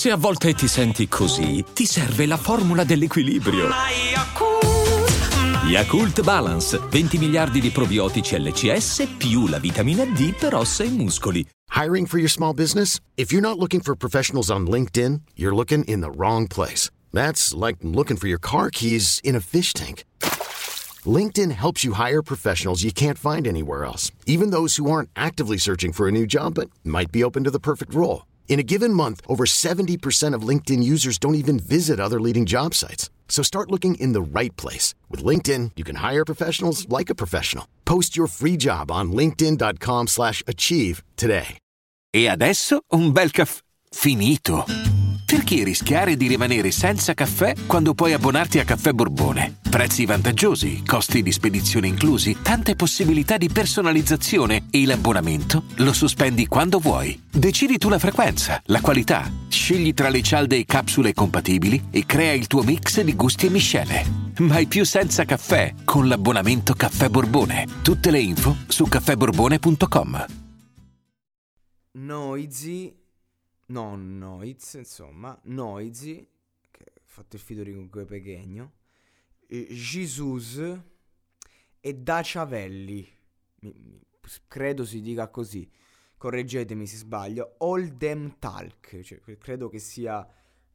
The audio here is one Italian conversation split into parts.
Se a volte ti senti così, ti serve la formula dell'equilibrio. Yakult Balance, 20 miliardi di probiotici LCS più la vitamina D per ossa e muscoli. Hiring for your small business? If you're not looking for professionals on LinkedIn, you're looking in the wrong place. That's like looking for your car keys in a fish tank. LinkedIn helps you hire professionals you can't find anywhere else, even those who aren't actively searching for a new job but might be open to the perfect role. In a given month, over 70% of LinkedIn users don't even visit other leading job sites. So start looking in the right place. With LinkedIn, you can hire professionals like a professional. Post your free job on linkedin.com/achieve today. E adesso un bel caffè finito. Perché rischiare di rimanere senza caffè quando puoi abbonarti a Caffè Borbone? Prezzi vantaggiosi, costi di spedizione inclusi, tante possibilità di personalizzazione e l'abbonamento lo sospendi quando vuoi. Decidi tu la frequenza, la qualità, scegli tra le cialde e capsule compatibili e crea il tuo mix di gusti e miscele. Mai più senza caffè con l'abbonamento Caffè Borbone. Tutte le info su caffèborbone.com. Noizi, che ha fatto il featuring con Gue Pequeno, Jesus e Daciavelli, credo si dica così, correggetemi se sbaglio, All Them Talk, cioè, credo che sia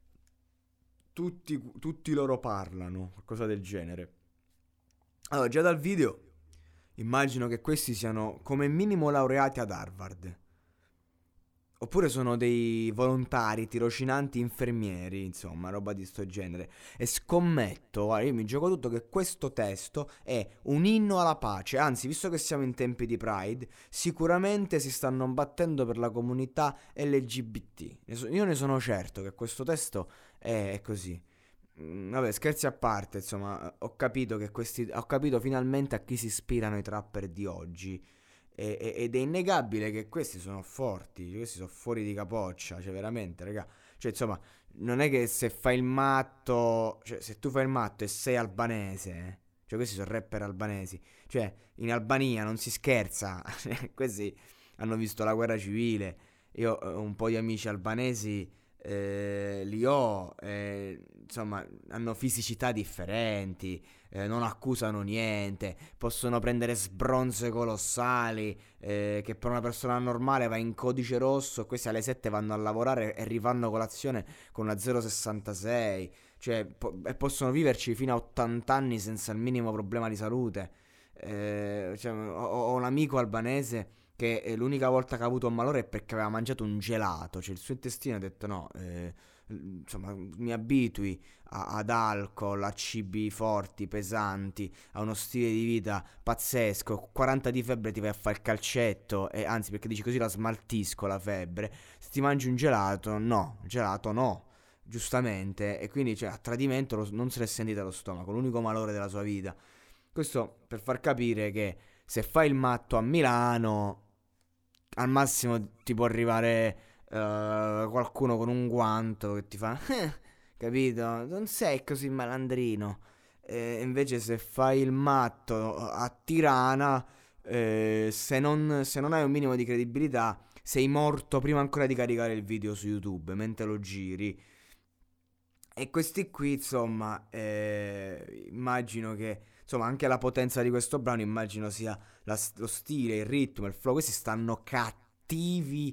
tutti loro parlano, qualcosa del genere. Allora, già dal video immagino che questi siano come minimo laureati ad Harvard. Oppure sono dei volontari, tirocinanti, infermieri, insomma, roba di sto genere. E scommetto, guarda, io mi gioco tutto che questo testo è un inno alla pace. Anzi, visto che siamo in tempi di Pride, sicuramente si stanno battendo per la comunità LGBT. Io ne sono certo che questo testo è così. Vabbè, scherzi a parte, insomma, ho capito finalmente a chi si ispirano i trapper di oggi. Ed è innegabile che questi sono forti, questi sono fuori di capoccia, cioè veramente, raga. Cioè, insomma, non è che se fai il matto, cioè se tu fai il matto e sei albanese, cioè questi sono rapper albanesi, cioè in Albania non si scherza, questi hanno visto la guerra civile. Io ho un po' di amici albanesi, li ho, insomma, hanno fisicità differenti, non accusano niente, possono prendere sbronze colossali, che per una persona normale va in codice rosso, questi alle 7 vanno a lavorare e rifanno colazione con una 0,66, cioè e possono viverci fino a 80 anni senza il minimo problema di salute. Cioè, ho un amico albanese che l'unica volta che ha avuto un malore è perché aveva mangiato un gelato, cioè il suo intestino ha detto no, insomma, mi abitui ad alcol, a cibi forti, pesanti, a uno stile di vita pazzesco, 40 di febbre ti vai a fare il calcetto, e anzi perché dici così la smaltisco la febbre, se ti mangi un gelato no, giustamente, e quindi cioè, a tradimento non se l'è sentita lo stomaco, l'unico malore della sua vita. Questo per far capire che se fai il matto a Milano, al massimo ti può arrivare qualcuno con un guanto che ti fa capito? Non sei così malandrino. Invece se fai il matto a Tirana, se non hai un minimo di credibilità, sei morto prima ancora di caricare il video su YouTube, mentre lo giri. E questi qui, insomma, immagino che, insomma, anche la potenza di questo brano immagino sia lo stile, il ritmo, il flow. Questi stanno cattivi.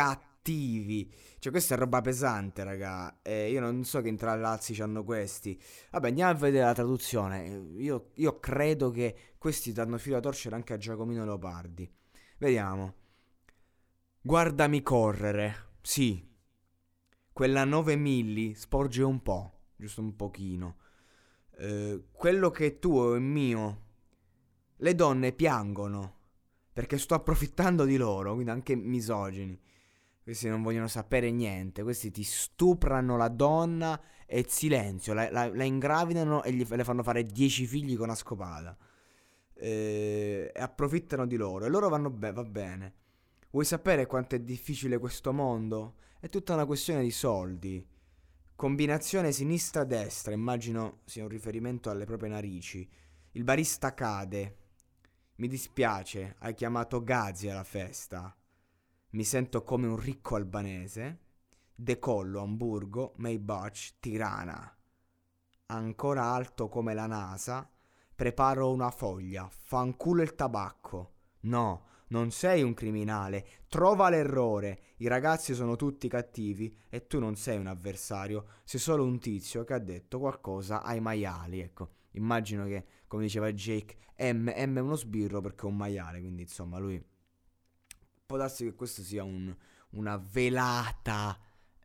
Cioè questa è roba pesante, raga. Io non so che intrallazzi c'hanno questi. Vabbè, andiamo a vedere la traduzione. Io credo che questi danno filo da torcere anche a Giacomino Leopardi. Vediamo. Guardami correre. Sì. Quella 9 milli sporge un po', giusto un pochino. Quello che è tuo è mio. Le donne piangono perché sto approfittando di loro, quindi anche misogini. Questi non vogliono sapere niente. Questi ti stuprano la donna e silenzio, la ingravidano e le fanno fare 10 figli con una scopata. E approfittano di loro. E loro va bene. Vuoi sapere quanto è difficile questo mondo? È tutta una questione di soldi. Combinazione sinistra-destra, immagino sia un riferimento alle proprie narici. Il barista cade. Mi dispiace, hai chiamato Gazi alla festa. Mi sento come un ricco albanese. decollo Amburgo, Maybach, Tirana. Ancora alto come la NASA, preparo una foglia, fanculo il tabacco. No, non sei un criminale, trova l'errore. I ragazzi sono tutti cattivi e tu non sei un avversario, sei solo un tizio che ha detto qualcosa ai maiali, ecco. Immagino che, come diceva Jake, M è uno sbirro perché è un maiale, quindi insomma lui... Può darsi che questo sia una velata,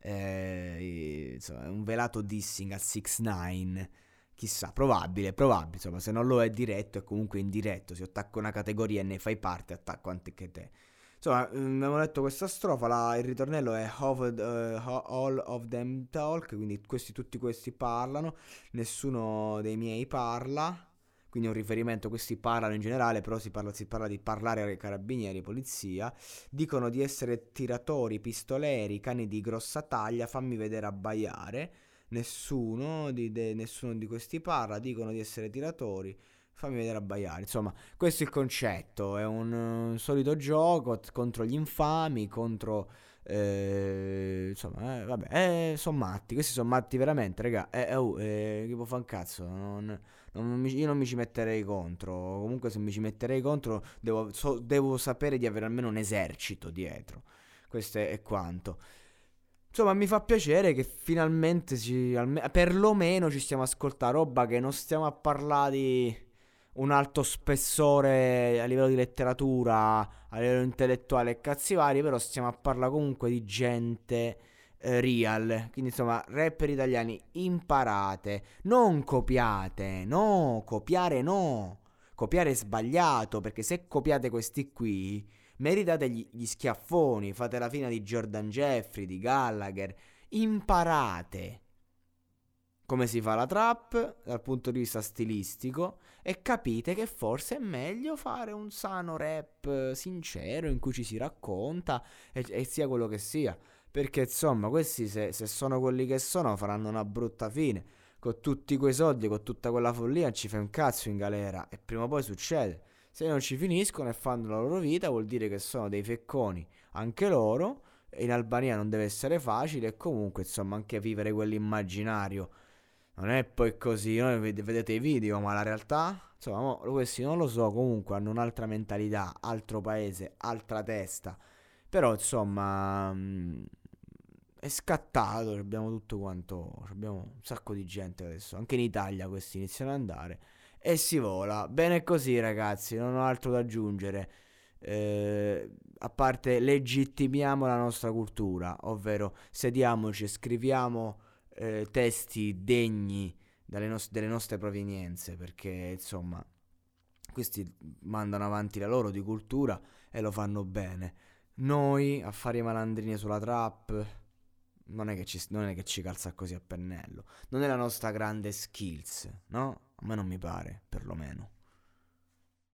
insomma, un velato dissing a 6ix9ine. Chissà, probabile, insomma, se non lo è diretto è comunque indiretto, si attacca una categoria e ne fai parte, attacco anche te. Insomma, abbiamo letto questa strofa, il ritornello è all of them talk, quindi tutti questi parlano, nessuno dei miei parla, quindi è un riferimento, questi parlano in generale, però si parla di parlare ai carabinieri, polizia, dicono di essere tiratori, pistoleri, cani di grossa taglia, fammi vedere abbaiare. Nessuno di questi parla, dicono di essere tiratori, fammi vedere abbaiare. Insomma, questo è il concetto, è un solito gioco contro gli infami, contro... insomma, vabbè, sono matti, questi sono matti veramente, raga. Che può fare un cazzo? Io non mi ci metterei contro. Comunque se mi ci metterei contro devo sapere di avere almeno un esercito dietro. Questo è quanto. Insomma, mi fa piacere che finalmente perlomeno ci stiamo a ascoltare roba che non stiamo a parlare di un alto spessore a livello di letteratura, a livello intellettuale e cazzi vari, però stiamo a parlare comunque di gente real. Quindi insomma, rapper italiani, imparate, non copiate, no, copiare no, copiare è sbagliato, perché se copiate questi qui meritate gli schiaffoni, fate la fine di Jordan Jeffrey, di Gallagher, imparate come si fa la trap dal punto di vista stilistico e capite che forse è meglio fare un sano rap sincero in cui ci si racconta e sia quello che sia, perché insomma questi se sono quelli che sono faranno una brutta fine, con tutti quei soldi, con tutta quella follia ci fai un cazzo in galera e prima o poi succede. Se non ci finiscono e fanno la loro vita vuol dire che sono dei fecconi anche loro, e in Albania non deve essere facile e comunque insomma anche vivere quell'immaginario non è poi così, no? Vedete i video, ma la realtà, insomma, questi non lo so, comunque hanno un'altra mentalità, altro paese, altra testa, però insomma è scattato, abbiamo tutto quanto, abbiamo un sacco di gente adesso, anche in Italia questi iniziano ad andare e si vola, bene così ragazzi, non ho altro da aggiungere. A parte legittimiamo la nostra cultura, ovvero sediamoci e scriviamo testi degni delle nostre provenienze, perché insomma questi mandano avanti la loro di cultura e lo fanno bene. Noi a fare i malandrini sulla trap non è che ci calza così a pennello, non è la nostra grande skills, no? A me non mi pare, perlomeno.